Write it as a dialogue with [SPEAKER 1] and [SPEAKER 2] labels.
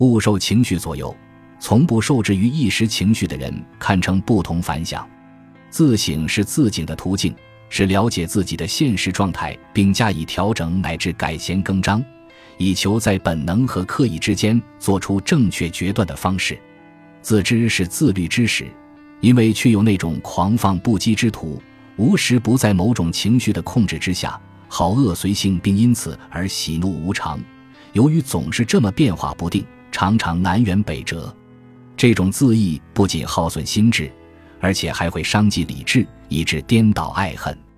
[SPEAKER 1] 勿受情绪左右，从不受制于一时情绪的人堪称不同凡响。自省是自警的途径，是了解自己的现实状态并加以调整乃至改弦更张，以求在本能和刻意之间做出正确决断的方式。自知是自律之始，因为却有那种狂放不羁之徒，无时不在某种情绪的控制之下，好恶随性，并因此而喜怒无常。由于总是这么变化不定，常常南辕北辙，这种自意不仅耗损心智，而且还会伤及理智，以致颠倒爱恨。